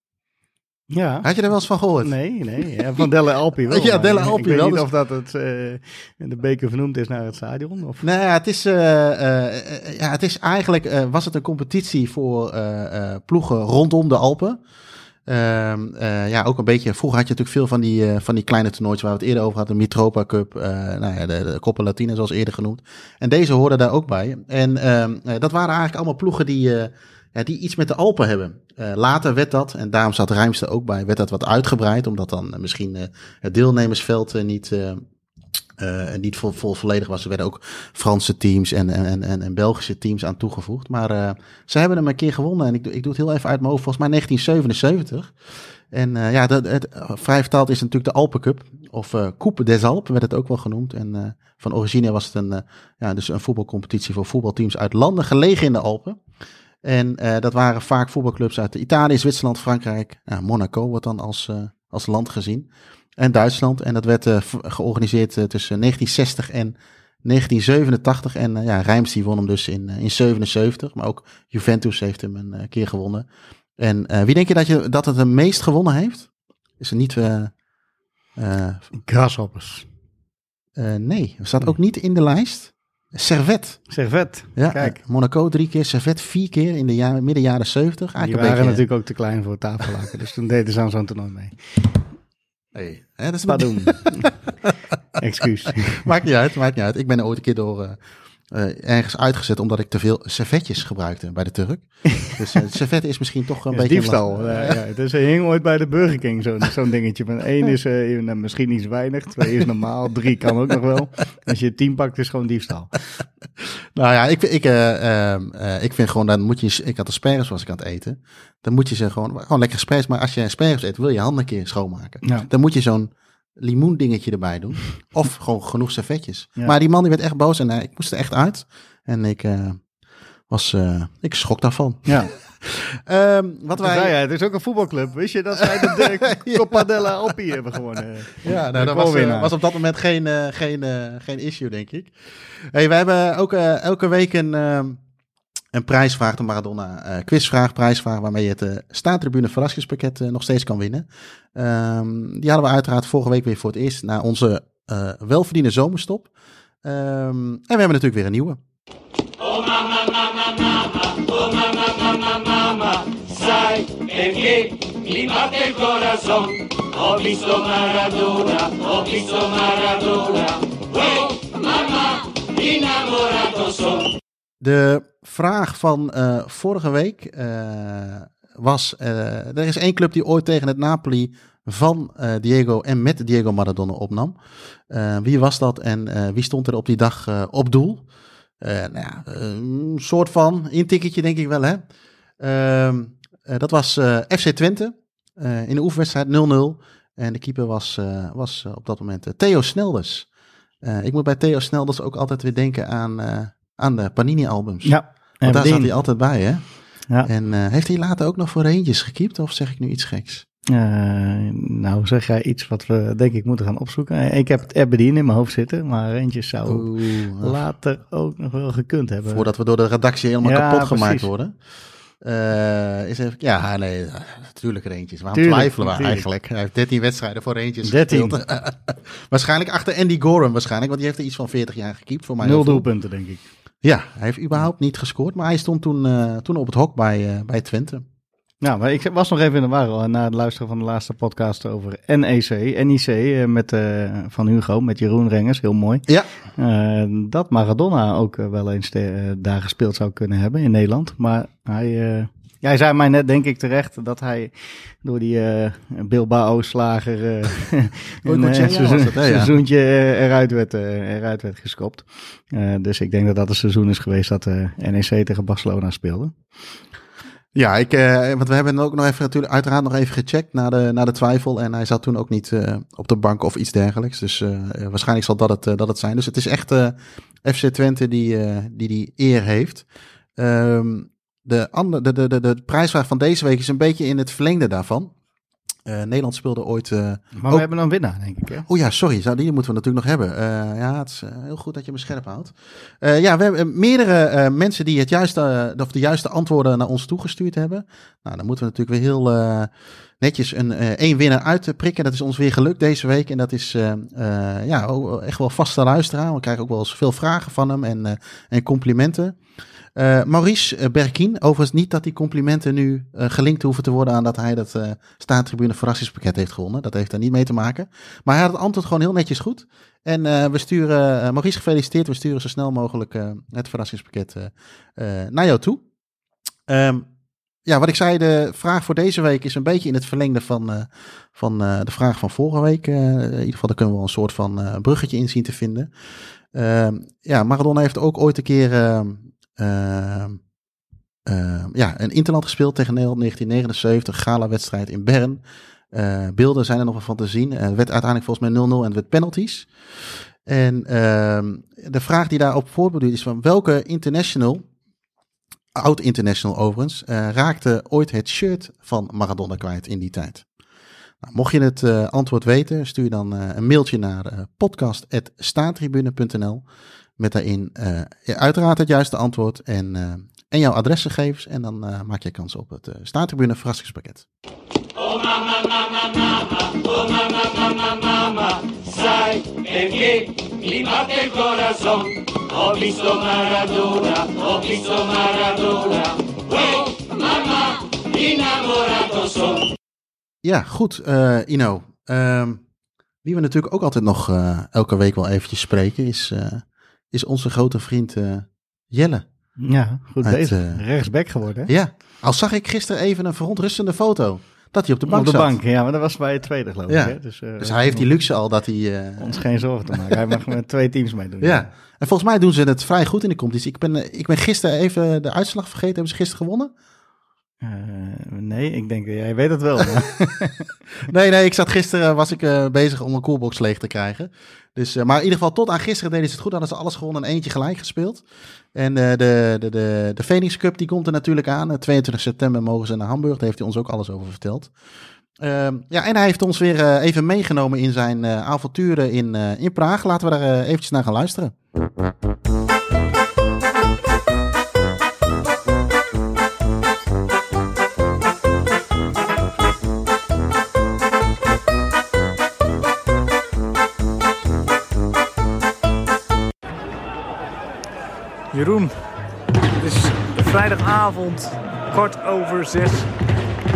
Ja. Had je er wel eens van gehoord? Nee, nee. Ja, van Delle Alpi wel. Ja, Delle Alpi ik weet wel. niet dus... of dat het, uh, de beker vernoemd is naar het stadion. Of... Nee, ja, het is, uh, uh, ja, het is eigenlijk, uh, was het een competitie voor uh, uh, ploegen rondom de Alpen. Uh, uh, ja, ook een beetje. Vroeger had je natuurlijk veel van die, uh, van die kleine toernooitjes waar we het eerder over hadden. De Mitropa Cup, uh, nou ja, de, de Coppa Latina zoals eerder genoemd. En deze hoorden daar ook bij. En uh, dat waren eigenlijk allemaal ploegen die, uh, ja, die iets met de Alpen hebben. Uh, later werd dat, en daarom zat Reims er ook bij, werd dat wat uitgebreid. Omdat dan uh, misschien uh, het deelnemersveld uh, niet... Uh, Uh, niet vol, vol volledig was. Er werden ook Franse teams en, en, en, en Belgische teams aan toegevoegd. Maar uh, ze hebben hem een keer gewonnen. En ik, ik doe het heel even uit mijn hoofd. Volgens mij negentien zevenenzeventig. En uh, ja, dat, het, vrij vertaald is het natuurlijk de Alpencup. Of uh, Coupe des Alpes werd het ook wel genoemd. En uh, van origine was het een, uh, ja, dus een voetbalcompetitie voor voetbalteams uit landen gelegen in de Alpen. En uh, dat waren vaak voetbalclubs uit Italië, Zwitserland, Frankrijk. Ja, Monaco wordt dan als, uh, als land gezien. En Duitsland. En dat werd uh, georganiseerd uh, tussen negentien zestig en negentien zevenentachtig. En uh, ja, Reims die won hem dus in, uh, in zevenenzeventig. Maar ook Juventus heeft hem een uh, keer gewonnen. En uh, wie denk je dat, je dat het het meest gewonnen heeft? Is er niet... Uh, uh, Grasshoppers. Uh, nee, er staat nee. ook niet in de lijst. Servet. Servet, ja, kijk. Monaco drie keer, Servet vier keer in de jaren, midden jaren zeventig. Die waren beetje, natuurlijk ook te klein voor tafellaken. Dus toen deden ze aan zo'n toernooi mee. Hey, hè, dat is Pardon. Excuus. Maakt niet uit, maakt niet uit. Ik ben er ooit een keer door uh, uh, ergens uitgezet omdat ik te veel servetjes gebruikte bij de Turk. Dus uh, servet is misschien toch een ja, beetje... diefstal. Uh, ja. Dus er hing ooit bij de Burger King zo'n zo'n dingetje. Van één is uh, nou, misschien iets weinig, twee is normaal, drie kan ook nog wel. Als je tien pakt, is het gewoon diefstal. Nou ja, ik, ik, uh, uh, ik vind gewoon, dan moet je, ik had asperges was ik aan het eten. Dan moet je ze gewoon, gewoon lekker asperges, maar als je asperges eet, wil je handen een keer schoonmaken. Ja. Dan moet je zo'n limoen dingetje erbij doen. Of gewoon genoeg servetjes. Ja. Maar die man die werd echt boos en uh, ik moest er echt uit. En ik uh, was, uh, ik schrok daarvan. Ja. um, wat wij... zei jij, het is ook een voetbalclub. Wist je dat zij de, de Coppa della Alpi hebben gewonnen? Ja, nou, dat was, uh, was op dat moment geen, uh, geen, uh, geen issue, denk ik. Hey, wij hebben ook uh, elke week een, uh, een prijsvraag, de Maradona uh, quizvraag, prijsvraag, waarmee je het uh, Staantribune verrassingspakket uh, nog steeds kan winnen. Um, die hadden we uiteraard vorige week weer voor het eerst na onze uh, welverdiende zomerstop. Um, en we hebben natuurlijk weer een nieuwe. Oh, perché mi batte il corazon. Ho visto Maradona, ho visto Maradona. Oh, mama, innamorato son. De vraag van uh, vorige week uh, was... Uh, er is één club die ooit tegen het Napoli van uh, Diego en met Diego Maradona opnam. Uh, wie was dat en uh, wie stond er op die dag uh, op doel? Uh, nou ja, een uh, soort van intikketje denk ik wel, hè? Uh, uh, dat was uh, F C Twente uh, in de oefenwedstrijd nul nul. En de keeper was, uh, was uh, op dat moment uh, Theo Snelders. Uh, ik moet bij Theo Snelders ook altijd weer denken aan, uh, aan de Panini-albums. Ja. Want daar zat hij altijd bij, hè? Ja. En uh, heeft hij later ook nog voor Rangers gekiept? Of zeg ik nu iets geks? Uh, nou, zeg jij iets wat we denk ik moeten gaan opzoeken. Ik heb het Aberdeen in mijn hoofd zitten, maar Rangers zou Oeh, later ook nog wel gekund hebben. Voordat we door de redactie helemaal ja, kapot precies. gemaakt worden. Uh, is even, ja, nee, natuurlijk Rangers. Waarom tuurlijk, twijfelen we tuurlijk. eigenlijk? Hij heeft dertien wedstrijden voor Rangers dertien gespeeld. Waarschijnlijk achter Andy Gorham waarschijnlijk, want die heeft er iets van veertig jaar gekiept. Voor mij Nul doelpunten, denk ik. Ja, hij heeft überhaupt niet gescoord, maar hij stond toen, uh, toen op het hok bij, uh, bij Twente. Nou, maar ik was nog even in de war na het luisteren van de laatste podcast over N E C. N I C met, uh, van Hugo, met Jeroen Rengers, heel mooi. Ja. Uh, dat Maradona ook uh, wel eens de, uh, daar gespeeld zou kunnen hebben in Nederland. Maar hij, uh, ja, hij zei mij net, denk ik terecht, dat hij door die uh, Bilbao-slager uh, een uh, seizoen, het, hè, ja. seizoentje uh, eruit, werd, uh, eruit werd geschopt. Uh, dus ik denk dat dat een seizoen is geweest dat uh, N E C tegen Barcelona speelde. Ja, ik, uh, want we hebben ook nog even natuurlijk uiteraard nog even gecheckt naar de, naar de twijfel. En hij zat toen ook niet uh, op de bank of iets dergelijks. Dus uh, waarschijnlijk zal dat het, uh, dat het zijn. Dus het is echt uh, F C Twente die, uh, die die eer heeft. Um, de, andere, de, de, de, de prijsvraag van deze week is een beetje in het verlengde daarvan. Uh, Nederland speelde ooit... Uh, maar we ook... hebben een winnaar, denk ik. Hè? Oh ja, sorry. Die moeten we natuurlijk nog hebben. Uh, ja, het is uh, heel goed dat je me scherp houdt. Uh, ja, we hebben uh, meerdere uh, mensen die het juiste, uh, of de juiste antwoorden naar ons toegestuurd hebben. Nou, dan moeten we natuurlijk weer heel uh, netjes een uh, één winnaar uitprikken. Dat is ons weer gelukt deze week. En dat is uh, uh, ja, echt wel vaste luisteraar. We krijgen ook wel eens veel vragen van hem en, uh, en complimenten. Uh, Maurice Berkien, overigens niet dat die complimenten nu uh, gelinkt hoeven te worden aan dat hij dat uh, Staantribune verrassingspakket heeft gewonnen. Dat heeft daar niet mee te maken. Maar hij had het antwoord gewoon heel netjes goed. En uh, we sturen, uh, Maurice gefeliciteerd, we sturen zo snel mogelijk uh, het verrassingspakket uh, uh, naar jou toe. Um, ja, wat ik zei, de vraag voor deze week is een beetje in het verlengde van, uh, van uh, de vraag van vorige week. Uh, in ieder geval, daar kunnen we wel een soort van uh, bruggetje in zien te vinden. Uh, ja, Maradona heeft ook ooit een keer... Uh, Uh, uh, ja, een interland gespeeld tegen Nederland negentien negenenzeventig, gala-wedstrijd in Bern. Uh, beelden zijn er nog wel van te zien. Uh, het werd uiteindelijk volgens mij nul nul en het werd penalties. En uh, de vraag die daarop voortborduurt is van welke international, oud-international overigens, uh, raakte ooit het shirt van Maradona kwijt in die tijd? Nou, mocht je het uh, antwoord weten, stuur dan uh, een mailtje naar uh, podcast at staantribune punt n l. Met daarin uh, uiteraard het juiste antwoord en, uh, en jouw adresgegevens. En dan uh, maak je kans op het uh, Staantribune verrassingspakket. Oh mama, mama, mama, oh mama, mama, mama, sai perché mi batte il corazon. Ho visto Maradona, ho visto Maradona. Oh mama, innamorato son. Ja, goed uh, Ino. Um, wie we natuurlijk ook altijd nog uh, elke week wel eventjes spreken is... Uh, is onze grote vriend uh, Jelle. Ja, goed uit, bezig. Uh, Rechtsback geworden. Hè? Ja, al zag ik gisteren even een verontrustende foto dat hij op de bank zat. Op de zat. bank, ja, maar dat was bij het tweede geloof ja. ik. Hè? Dus, uh, dus hij heeft die luxe al dat hij... Uh, ons geen zorgen te maken. Hij mag met twee teams meedoen. Ja. ja, en volgens mij doen ze het vrij goed in de competitie. Ik ben, uh, ik ben gisteren even de uitslag vergeten. Hebben ze gisteren gewonnen? Uh, nee, ik denk, jij weet het wel. nee, nee, ik zat gisteren, was ik uh, bezig om een coolbox leeg te krijgen. Dus, uh, maar in ieder geval tot aan gisteren deden ze het goed. Hadden ze alles gewonnen en eentje gelijk gespeeld. En uh, de, de, de, de Phoenix Cup die komt er natuurlijk aan. Uh, tweeëntwintig september mogen ze naar Hamburg. Daar heeft hij ons ook alles over verteld. Uh, ja, en hij heeft ons weer uh, even meegenomen in zijn uh, avonturen in, uh, in Praag. Laten we daar uh, eventjes naar gaan luisteren. Jeroen, het is vrijdagavond, kwart over zes.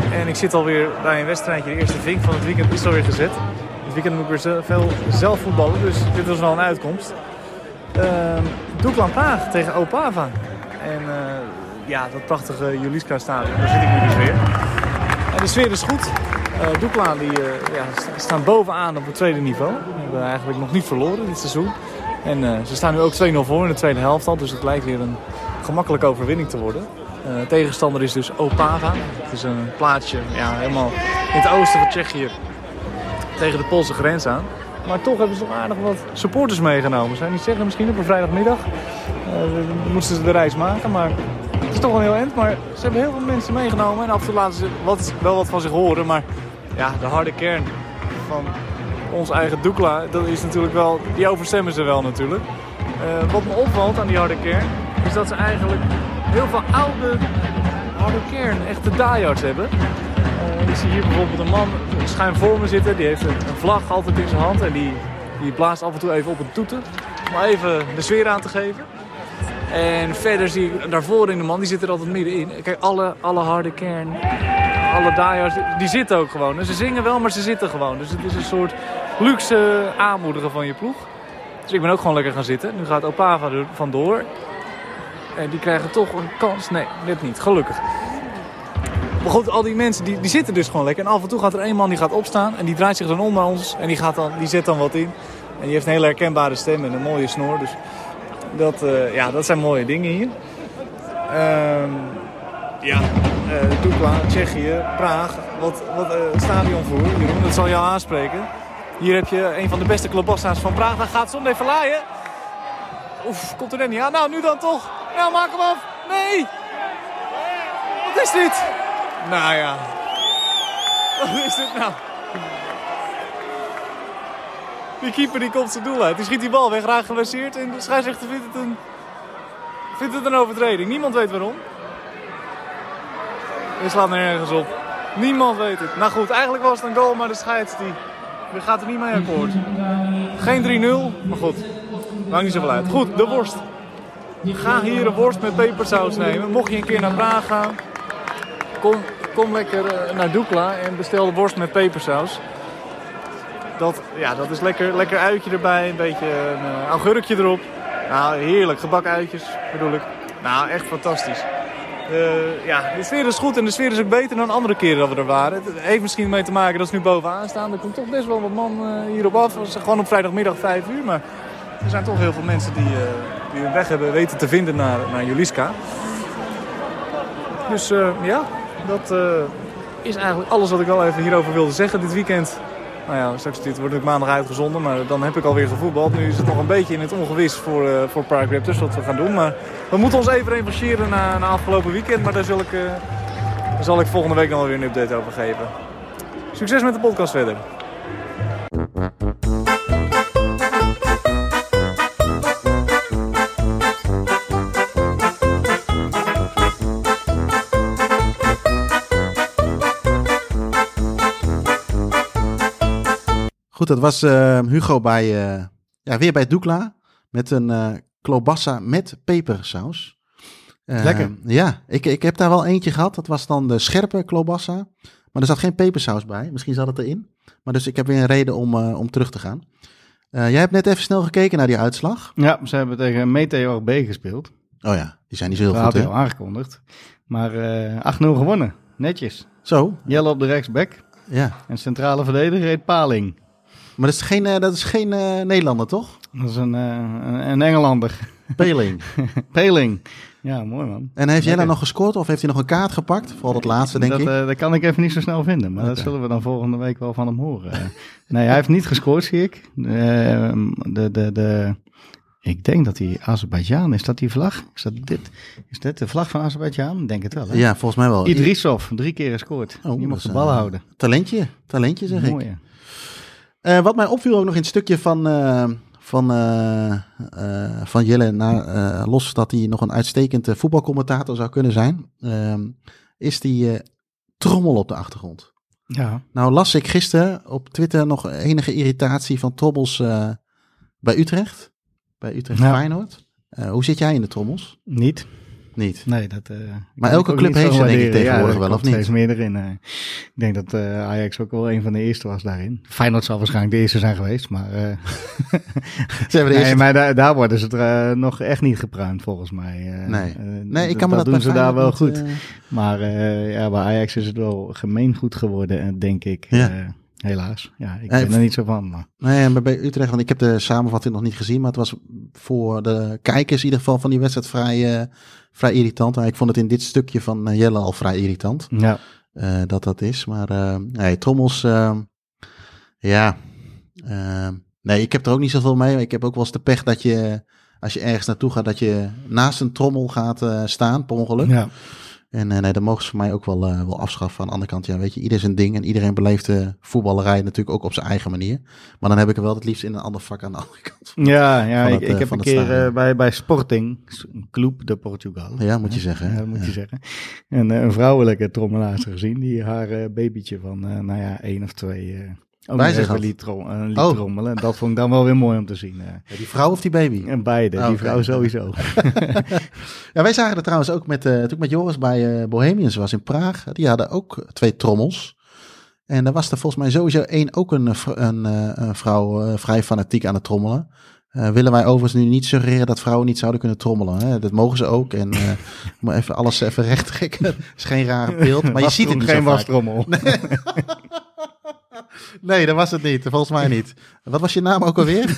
En ik zit alweer bij een wedstrijdje. De eerste vink van het weekend is alweer gezet. Dit weekend moet ik weer veel zelf voetballen, dus dit was wel een uitkomst. Uh, Dukla Praag tegen Opava. En uh, ja, dat prachtige Juliska stadion, daar zit ik nu dus weer. En de sfeer is goed. Uh, Dukla die, uh, ja, staan bovenaan op het tweede niveau. We hebben eigenlijk nog niet verloren dit seizoen. En uh, ze staan nu ook twee nul voor in de tweede helft al, dus het lijkt weer een gemakkelijke overwinning te worden. Uh, tegenstander is dus Opava. Het is een plaatsje ja, helemaal in het oosten van Tsjechië tegen de Poolse grens aan. Maar toch hebben ze toch aardig wat supporters meegenomen. Zou je niet zeggen, misschien op een vrijdagmiddag. Uh, moesten ze de reis maken, maar het is toch wel heel eind. Maar ze hebben heel veel mensen meegenomen en af en toe laten ze wat, wel wat van zich horen. Maar ja, de harde kern van ons eigen Dukla, dat is natuurlijk wel, die overstemmen ze wel natuurlijk. Uh, wat me opvalt aan die harde kern, is dat ze eigenlijk heel veel oude harde kern, echte diehards hebben. Uh, ik zie hier bijvoorbeeld een man schuin voor me zitten. Die heeft een, een vlag altijd in zijn hand. En die, die blaast af en toe even op een toeter. Om even de sfeer aan te geven. En verder zie ik daarvoor in de man, die zit er altijd middenin. Kijk, alle, alle harde kern, alle diehards, die zitten ook gewoon. En ze zingen wel, maar ze zitten gewoon. Dus het is een soort luxe aanmoedigen van je ploeg. Dus ik ben ook gewoon lekker gaan zitten. Nu gaat Opava er vandoor. En die krijgen toch een kans. Nee, net niet. Gelukkig. Maar goed, al die mensen die, die zitten dus gewoon lekker. En af en toe gaat er één man die gaat opstaan. En die draait zich dan om naar ons. En die, gaat dan, die zet dan wat in. En die heeft een hele herkenbare stem en een mooie snor. Dus dat, uh, ja, dat zijn mooie dingen hier. Um, ja, uh, Dukla, Tsjechië, Praag. Wat, wat uh, stadionvoer. Jeroen, dat zal jou aanspreken. Hier heb je een van de beste klobassa's van Praag. Daar gaat Zonde even laaien. Oef, komt er net niet aan. Nou, nu dan toch. Nou, maak hem af. Nee! Wat is dit? Nou ja. Wat is dit nou? Die keeper die komt zijn doel uit. Die schiet die bal weg, raar geblesseerd. En de scheidsrechter vindt het een, vindt het een overtreding. Niemand weet waarom. Dit slaat nergens op. Niemand weet het. Nou goed, eigenlijk was het een goal, maar de scheids die, die gaat er niet mee akkoord. Geen drie nul, maar goed. Maakt niet zoveel uit. Goed, de worst. Ga hier een worst met pepersaus nemen. Mocht je een keer naar Praag gaan, kom, kom lekker naar Dukla en bestel de worst met pepersaus. Dat, ja, dat is lekker, lekker uitje erbij, een beetje een uh, augurkje erop. Nou, heerlijk. Gebakken uitjes, bedoel ik. Nou, echt fantastisch. Uh, ja, de sfeer is goed en de sfeer is ook beter dan andere keren dat we er waren. Het heeft misschien mee te maken dat ze nu bovenaan staan. Er komt toch best wel wat man uh, hierop af. Het is gewoon op vrijdagmiddag vijf uur, maar er zijn toch heel veel mensen die, uh, die hun weg hebben weten te vinden naar, naar Juliska. Dus uh, ja, dat uh, is eigenlijk alles wat ik wel even hierover wilde zeggen dit weekend. Nou ja, straks dit wordt ook maandag uitgezonden, maar dan heb ik alweer gevoetbald. Nu is het nog een beetje in het ongewis voor, uh, voor Prague Raptors wat we gaan doen. Maar we moeten ons even revancheren na, na afgelopen weekend. Maar daar, zal ik, uh, daar zal ik volgende week nog wel weer een update over geven. Succes met de podcast verder. Goed, dat was uh, Hugo bij, uh, ja, weer bij Dukla met een uh, klobassa met pepersaus. Uh, Lekker. Ja, ik, ik heb daar wel eentje gehad. Dat was dan de scherpe klobassa. Maar er zat geen pepersaus bij. Misschien zat het erin. Maar dus ik heb weer een reden om, uh, om terug te gaan. Uh, jij hebt net even snel gekeken naar die uitslag. Ja, ze hebben tegen Meteor B gespeeld. Oh ja, die zijn niet zo heel dat goed, had hè? hij al aangekondigd. Maar uh, acht nul gewonnen. Netjes. Zo. Jelle op de rechtsback. Ja. En centrale verdediger heet Paling. Maar dat is geen, uh, dat is geen uh, Nederlander, toch? Dat is een, uh, een, een Engelander. Peling. Peling. Ja, mooi man. En heeft jij dan nog gescoord of heeft hij nog een kaart gepakt? Vooral dat laatste, denk dat, ik. Uh, dat kan ik even niet zo snel vinden. Maar okay. Dat zullen we dan volgende week wel van hem horen. Nee, hij heeft niet gescoord, zie ik. Uh, de, de, de, ik denk dat hij Azerbeidzjan, is dat die vlag? Is dat dit? Is dit de vlag van Azerbeidzjan? Denk het wel, hè? Ja, volgens mij wel. Idrissov, drie keer gescoord. Oh, die mocht de uh, bal houden. Talentje, talentje zeg Mooi, ik. Ja. Uh, wat mij opviel ook nog in het stukje van, uh, van, uh, uh, van Jelle, na, uh, los dat hij nog een uitstekend uh, voetbalcommentator zou kunnen zijn, uh, is die uh, trommel op de achtergrond. Ja. Nou las ik gisteren op Twitter nog enige irritatie van trommels uh, bij Utrecht, bij Utrecht ja. Feyenoord. Uh, hoe zit jij in de trommels? Niet. Niet. Nee, dat... Uh, maar elke club heeft ze denk ik tegenwoordig ja, wel, of niet? Er is meer erin. Uh, ik denk dat uh, Ajax ook wel een van de eerste was daarin. Feyenoord zal waarschijnlijk de eerste zijn geweest, maar... Uh, ze hebben de eerste... Nee, maar daar, daar worden ze er, uh, nog echt niet gepruimd, volgens mij. Uh, nee, uh, nee ik kan dat, me dat doen ze daar wel goed. Uh... Maar uh, ja, bij Ajax is het wel gemeen goed geworden, denk ik. Ja. Uh, Helaas. Ja, ik nee, ben er niet zo van. Maar... Nee, maar bij Utrecht, want ik heb de samenvatting nog niet gezien, maar het was voor de kijkers in ieder geval van die wedstrijd vrij, uh, vrij irritant. Maar ik vond het in dit stukje van uh, Jelle al vrij irritant. Ja. Uh, dat dat is. Maar uh, nee, trommels, uh, ja. Uh, nee, ik heb er ook niet zoveel mee. Ik heb ook wel eens de pech dat je, als je ergens naartoe gaat, dat je naast een trommel gaat uh, staan, per ongeluk. Ja. En uh, nee, dat mogen ze voor mij ook wel, uh, wel afschaffen. Aan de andere kant, ja, weet je, ieder zijn ding. En iedereen beleeft de voetballerij natuurlijk ook op zijn eigen manier. Maar dan heb ik er wel het liefst in een ander vak aan de andere kant. Van, ja, ja van ik, het, ik uh, heb een keer uh, bij, bij Sporting, Club de Portugal. Ja, moet je zeggen. Ja, dat moet ja. je zeggen. En uh, een vrouwelijke trommelaarster gezien, die haar uh, babytje van, uh, nou ja, één of twee... Uh, ook bij nog zich even liet, trom, uh, liet oh. trommelen. En dat vond ik dan wel weer mooi om te zien. Uh. Ja, die vrouw of die baby? En beide, oh, die okay. vrouw sowieso. Ja, wij zagen er trouwens ook met, uh, toen ik met Joris bij uh, Bohemians was in Praag. Die hadden ook twee trommels. En er was er volgens mij sowieso één ook een, een, een vrouw uh, vrij fanatiek aan het trommelen. Uh, willen wij overigens nu niet suggereren dat vrouwen niet zouden kunnen trommelen. Hè? Dat mogen ze ook. En uh, moet even alles even recht trekken. Dat is geen rare beeld. Maar je ziet het niet geen zo wastrommel. Nee. Nee, dat was het niet. Volgens mij niet. Wat was je naam ook alweer?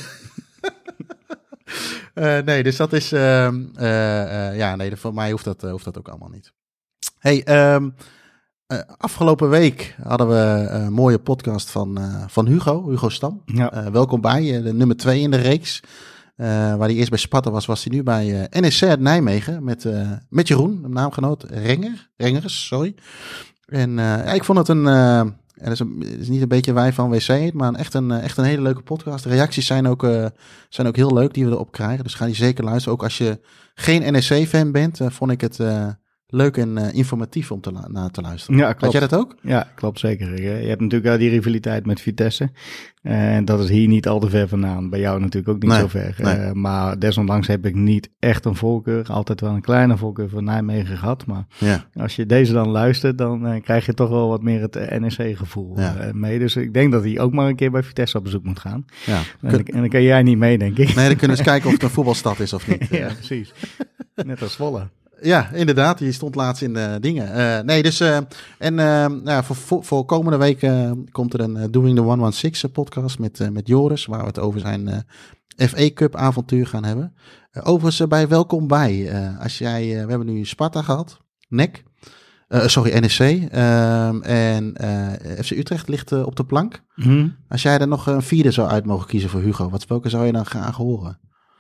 uh, nee, dus dat is... Uh, uh, uh, ja, nee, voor mij hoeft dat, uh, hoeft dat ook allemaal niet. Hey, um, uh, afgelopen week hadden we een mooie podcast van, uh, van Hugo, Hugo Stam. Ja. Uh, welkom bij, uh, de nummer twee in de reeks. Uh, waar hij eerst bij Sparta was, was hij nu bij uh, N S C uit Nijmegen. Met, uh, met Jeroen, een naamgenoot. Renger, Rengers, sorry. En uh, ja, ik vond het een... Uh, En dat is, een, is niet een beetje wij van W C, maar echt een, echt een hele leuke podcast. De reacties zijn ook, uh, zijn ook heel leuk die we erop krijgen. Dus ga die zeker luisteren. Ook als je geen N S C-fan bent, uh, vond ik het uh, leuk en uh, informatief om te, naar te luisteren. Ja, klopt. Had jij dat ook? Ja, klopt zeker. Je hebt natuurlijk al die rivaliteit met Vitesse. En dat is hier niet al te ver vandaan. Bij jou natuurlijk ook niet nee, zo ver. Nee. Uh, maar desondanks heb ik niet echt een voorkeur. Altijd wel een kleine voorkeur voor Nijmegen gehad. Maar ja. als je deze dan luistert, dan uh, krijg je toch wel wat meer het uh, N S C-gevoel ja. uh, mee. Dus ik denk dat hij ook maar een keer bij Vitesse op bezoek moet gaan. Ja. En, Kun... en dan kan jij niet mee, denk ik. Nee, dan kunnen we eens kijken of het een voetbalstad is of niet. Ja, precies. Net als Zwolle. Ja, inderdaad. Die stond laatst in de dingen. Uh, nee, dus... Uh, en uh, nou, voor, voor, voor komende week uh, komt er een uh, Doing the honderdzestien podcast met, uh, met Joris, waar we het over zijn uh, F A Cup avontuur gaan hebben. Uh, overigens uh, bij welkom bij. Uh, als jij... Uh, we hebben nu Sparta gehad. N E C. Uh, sorry, N S C. Uh, en uh, F C Utrecht ligt uh, op de plank. Mm-hmm. Als jij er nog een vierde zou uit mogen kiezen voor Hugo, wat welke zou je dan graag horen?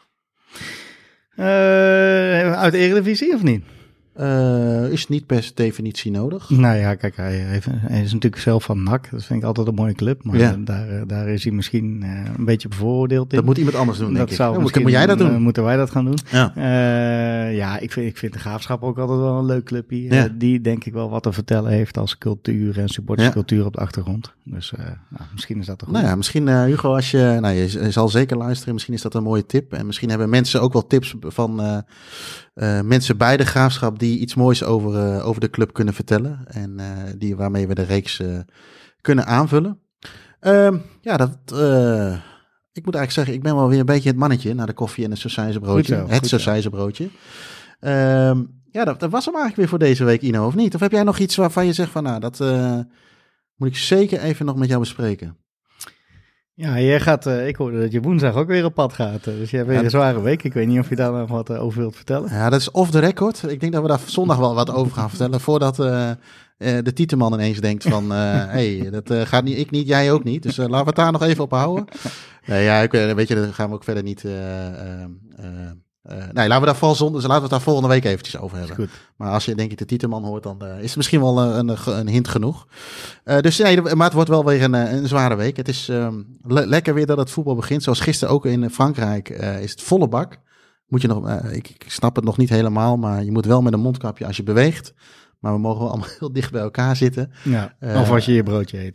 Uh, uit de Eredivisie of niet? Uh, is niet per definitie nodig. Nou ja, kijk, hij, heeft, hij is natuurlijk zelf van N A C. Dat vind ik altijd een mooie club. Maar ja. daar, daar is hij misschien uh, een beetje bevooroordeeld in. Dat moet iemand anders doen, denk dat ik. Zou ja, moet jij dat doen? Uh, moeten wij dat gaan doen? Ja, uh, ja ik, vind, ik vind de Graafschap ook altijd wel een leuk clubje. Ja. Uh, die denk ik wel wat te vertellen heeft als cultuur en supporterscultuur ja. op de achtergrond. Dus uh, nou, misschien is dat toch goed. Nou ja, misschien uh, Hugo, als je, nou, je, je zal zeker luisteren. Misschien is dat een mooie tip. En misschien hebben mensen ook wel tips van uh, uh, mensen bij de Graafschap die iets moois over Uh, over de club kunnen vertellen. En uh, die, waarmee we de reeks uh, kunnen aanvullen. Uh, ja, dat... Uh, ik moet eigenlijk zeggen, ik ben wel weer een beetje het mannetje naar de koffie en het sausijzenbroodje. Zo, het sausijzenbroodje. Uh, ja, dat, dat was hem eigenlijk weer voor deze week, Ino, of niet? Of heb jij nog iets waarvan je zegt van, nou, dat uh, moet ik zeker even nog met jou bespreken? Ja, jij gaat, uh, ik hoorde dat je woensdag ook weer op pad gaat. Uh, dus je hebt weer ja, een zware week. Ik weet niet of je daar nog wat uh, over wilt vertellen. Ja, dat is off the record. Ik denk dat we daar zondag wel wat over gaan vertellen. Voordat uh, uh, de Tieteman ineens denkt van... Uh, hey, dat uh, gaat niet, ik niet, jij ook niet. Dus uh, laten we het daar nog even op houden. Nee, ja, ik, weet je, daar gaan we ook verder niet... Uh, uh, uh, Uh, nee, laten we daar vooral zonder, dus laten we het daar volgende week eventjes over hebben. Goed. Maar als je denk ik de Tieteman hoort, dan uh, is het misschien wel een, een, een hint genoeg. Uh, dus nee, maar het wordt wel weer een, een zware week. Het is um, le- lekker weer dat het voetbal begint. Zoals gisteren ook in Frankrijk uh, is het volle bak. Moet je nog, uh, ik, ik snap het nog niet helemaal, maar je moet wel met een mondkapje als je beweegt. Maar we mogen wel allemaal heel dicht bij elkaar zitten. Ja, uh, of als je je broodje eet.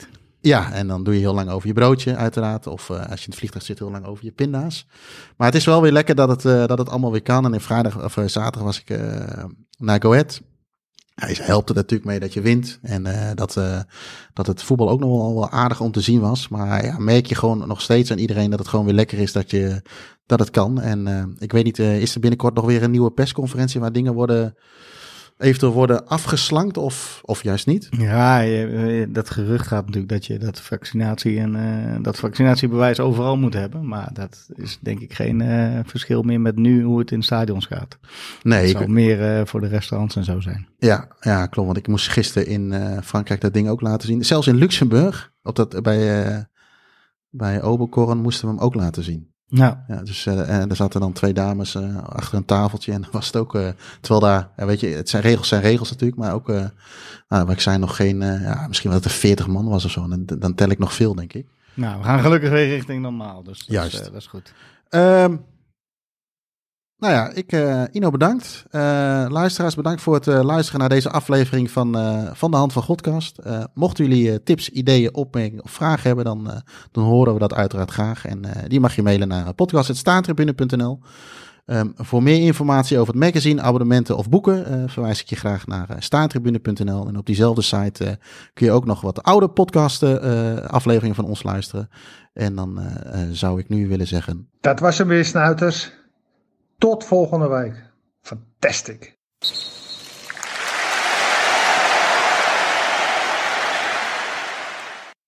Ja, en dan doe je heel lang over je broodje uiteraard. Of uh, als je in het vliegtuig zit, heel lang over je pinda's. Maar het is wel weer lekker dat het, uh, dat het allemaal weer kan. En in vrijdag of uh, zaterdag was ik uh, naar Go Ahead. Hij helpt er natuurlijk mee dat je wint. En uh, dat, uh, dat het voetbal ook nog wel, wel aardig om te zien was. Maar ja, merk je gewoon nog steeds aan iedereen dat het gewoon weer lekker is dat, je, dat het kan. En uh, ik weet niet, uh, is er binnenkort nog weer een nieuwe persconferentie waar dingen worden... eventueel worden afgeslankt of, of juist niet? Ja, je, dat gerucht gaat natuurlijk dat je dat vaccinatie en uh, dat vaccinatiebewijs overal moet hebben. Maar dat is denk ik geen uh, verschil meer met nu hoe het in stadions gaat. Nee, het zal ik... meer uh, voor de restaurants en zo zijn. Ja, ja, klopt. Want ik moest gisteren in uh, Frankrijk dat ding ook laten zien. Zelfs in Luxemburg, op dat, bij, uh, bij Oberkorn moesten we hem ook laten zien. Nou. Ja, dus uh, en er zaten dan twee dames uh, achter een tafeltje en dan was het ook, uh, terwijl daar, ja, weet je, het zijn regels zijn regels natuurlijk, maar ook, uh, nou, maar ik zei nog geen, uh, ja, misschien dat het er veertig man was of zo, en dan, dan tel ik nog veel, denk ik. Nou, we gaan gelukkig weer richting normaal, dus dat, Juist. Is, uh, dat is goed. Um, nou ja, ik, uh, Ino bedankt. Uh, luisteraars bedankt voor het uh, luisteren naar deze aflevering van, uh, van de Hand van Godcast. Uh, mochten jullie uh, tips, ideeën, opmerkingen of vragen hebben, dan, uh, dan horen we dat uiteraard graag. En uh, die mag je mailen naar podcast apenstaartje staantribune punt n l. Um, voor meer informatie over het magazine, abonnementen of boeken uh, verwijs ik je graag naar uh, staantribune punt n l. En op diezelfde site uh, kun je ook nog wat oude podcasten, uh, afleveringen van ons luisteren. En dan uh, uh, zou ik nu willen zeggen... Dat was hem weer, snuiters. Tot volgende week. Fantastisch.